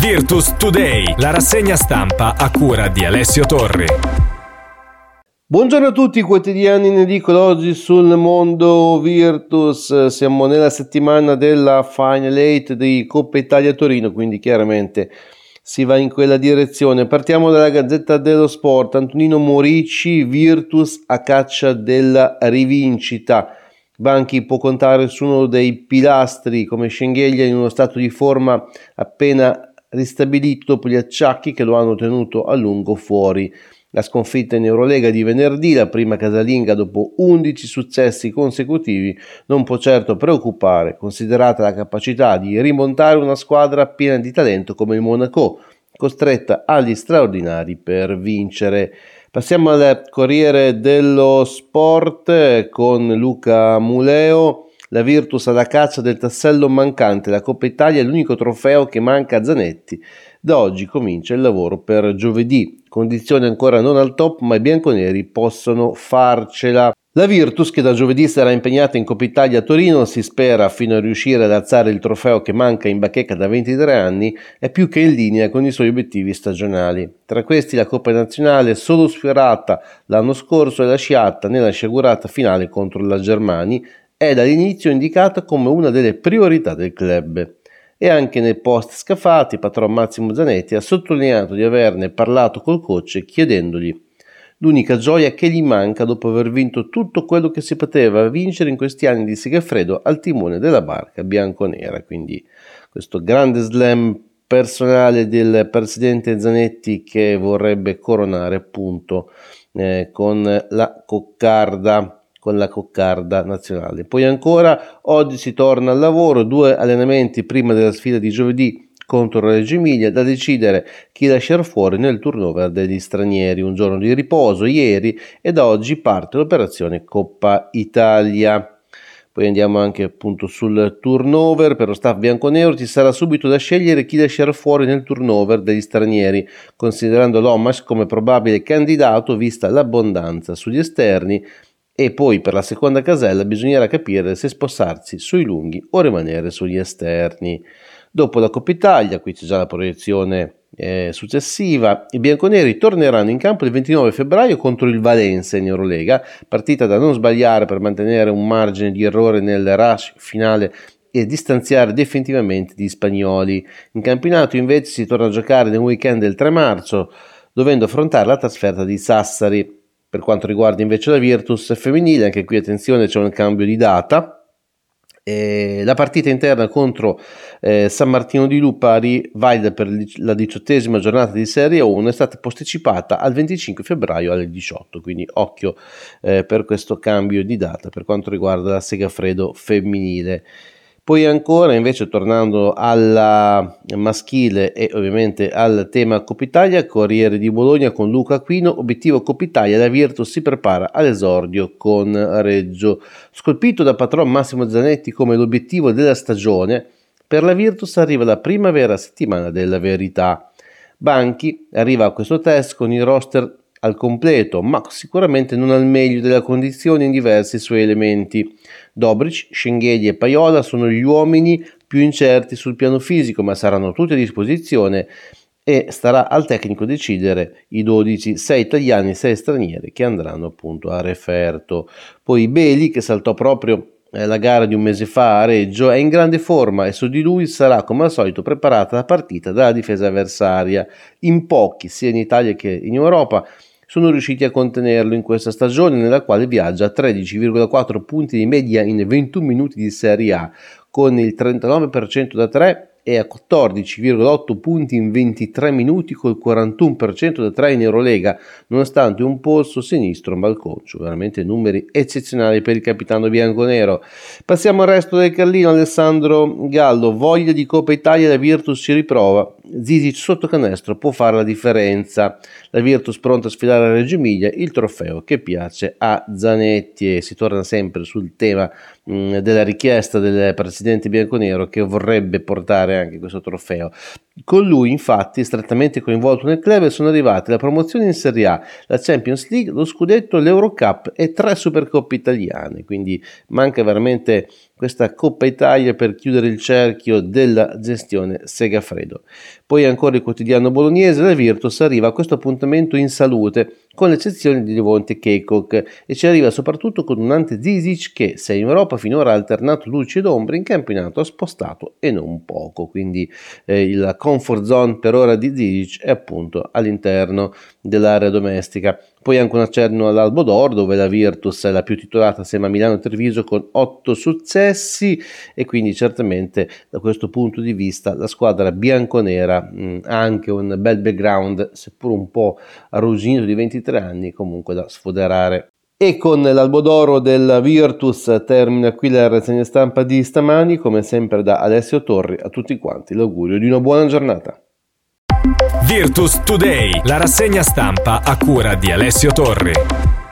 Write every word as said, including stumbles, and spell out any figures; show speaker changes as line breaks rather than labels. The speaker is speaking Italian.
Virtus Today, la rassegna stampa a cura di Alessio Torri.
Buongiorno a tutti, quotidiani in edicola oggi sul mondo Virtus. Siamo nella settimana della Final Eight di Coppa Italia Torino, quindi chiaramente si va in quella direzione. Partiamo dalla Gazzetta dello Sport. Antonino Morici, Virtus a caccia della rivincita. Banchi può contare su uno dei pilastri come Schengelia in uno stato di forma appena ristabilito dopo gli acciacchi che lo hanno tenuto a lungo fuori. La sconfitta in Eurolega di venerdì, la prima casalinga dopo undici successi consecutivi, non può certo preoccupare, considerata la capacità di rimontare una squadra piena di talento come il Monaco, costretta agli straordinari per vincere. Passiamo al Corriere dello Sport con Luca Muleo. La Virtus alla caccia del tassello mancante. La Coppa Italia è l'unico trofeo che manca a Zanetti. Da oggi comincia il lavoro per giovedì. Condizioni ancora non al top, ma i bianconeri possono farcela. La Virtus, che da giovedì sarà impegnata in Coppa Italia a Torino, si spera fino a riuscire ad alzare il trofeo che manca in bacheca da ventitré anni, è più che in linea con i suoi obiettivi stagionali. Tra questi la Coppa Nazionale, solo sfiorata l'anno scorso e lasciata nella sciagurata finale contro la Germania, è dall'inizio indicata come una delle priorità del club. E anche nel post Scafati, patron Massimo Zanetti ha sottolineato di averne parlato col coach chiedendogli l'unica gioia che gli manca dopo aver vinto tutto quello che si poteva vincere in questi anni di Segafredo al timone della barca bianconera. Quindi questo grande slam personale del presidente Zanetti che vorrebbe coronare appunto eh, con la coccarda con la coccarda nazionale. Poi ancora oggi si torna al lavoro, due allenamenti prima della sfida di giovedì contro Reggio Emilia, da decidere chi lasciare fuori nel turnover degli stranieri. Un giorno di riposo ieri e da oggi parte l'operazione Coppa Italia. Poi andiamo anche appunto sul turnover. Per lo staff bianconero ci sarà subito da scegliere chi lasciare fuori nel turnover degli stranieri, considerando Lomas come probabile candidato vista l'abbondanza sugli esterni. E poi per la seconda casella bisognerà capire se spostarsi sui lunghi o rimanere sugli esterni. Dopo la Coppa Italia, qui c'è già la proiezione eh, successiva, i bianconeri torneranno in campo il ventinove febbraio contro il Valencia in Eurolega, partita da non sbagliare per mantenere un margine di errore nel rush finale e distanziare definitivamente gli spagnoli. In campionato invece si torna a giocare nel weekend del tre marzo, dovendo affrontare la trasferta di Sassari. Per quanto riguarda invece la Virtus femminile, anche qui attenzione, c'è un cambio di data. E la partita interna contro eh, San Martino di Lupari, valida per la diciottesima giornata di Serie uno, è stata posticipata al venticinque febbraio alle diciotto, quindi occhio eh, per questo cambio di data per quanto riguarda la Segafredo femminile. Poi ancora, invece, tornando alla maschile e ovviamente al tema Coppa Italia, Corriere di Bologna con Luca Aquino, obiettivo Coppa Italia, la Virtus si prepara all'esordio con Reggio. Scolpito da patron Massimo Zanetti come l'obiettivo della stagione, per la Virtus arriva la primavera settimana della verità. Banchi arriva a questo test con il roster al completo, ma sicuramente non al meglio della condizione in diversi suoi elementi. Dobric, Schengelia e Paiola sono gli uomini più incerti sul piano fisico, ma saranno tutti a disposizione e starà al tecnico decidere i dodici, sei italiani e sei stranieri che andranno appunto a referto. Poi Beli, che saltò proprio la gara di un mese fa a Reggio, è in grande forma e su di lui sarà come al solito preparata la partita dalla difesa avversaria. In pochi, sia in Italia che in Europa, sono riusciti a contenerlo in questa stagione nella quale viaggia a tredici virgola quattro punti di media in ventuno minuti di Serie A, con il trentanove per cento da tre e a quattordici virgola otto punti in ventitré minuti col quarantuno per cento da tre in Eurolega, nonostante un polso sinistro malconcio. Veramente numeri eccezionali per il capitano bianconero. Passiamo al resto del Carlino. Alessandro Gallo, voglia di Coppa Italia, la Virtus si riprova. Zizic sotto canestro può fare la differenza. La Virtus pronta a sfidare a Reggio Emilia, il trofeo che piace a Zanetti. E si torna sempre sul tema mh, della richiesta del presidente bianconero che vorrebbe portare anche questo trofeo. Con lui, infatti, strettamente coinvolto nel club, sono arrivate la promozione in Serie A, la Champions League, lo scudetto, l'Eurocup e tre Supercoppe italiane, quindi manca veramente questa Coppa Italia per chiudere il cerchio della gestione Segafredo. Poi ancora il quotidiano bolognese, la Virtus arriva a questo appuntamento in salute, con l'eccezione di Levante Keikok, e ci arriva soprattutto con un Ante Zizic che, se in Europa finora ha alternato luci ed ombre, in campionato ha spostato e non poco, quindi eh, il comfort zone per ora di Zizic è appunto all'interno dell'area domestica. Poi anche un accenno all'Albo d'Oro, dove la Virtus è la più titolata assieme a Milano e Treviso con otto successi, e quindi certamente da questo punto di vista la squadra bianconera mh, ha anche un bel background, seppur un po' arrugginito, di ventitré anni, comunque da sfoderare. E con l'Albo d'Oro della Virtus termina qui la rassegna stampa di stamani, come sempre da Alessio Torri. A tutti quanti l'augurio di una buona giornata.
Virtus Today, la rassegna stampa a cura di Alessio Torri.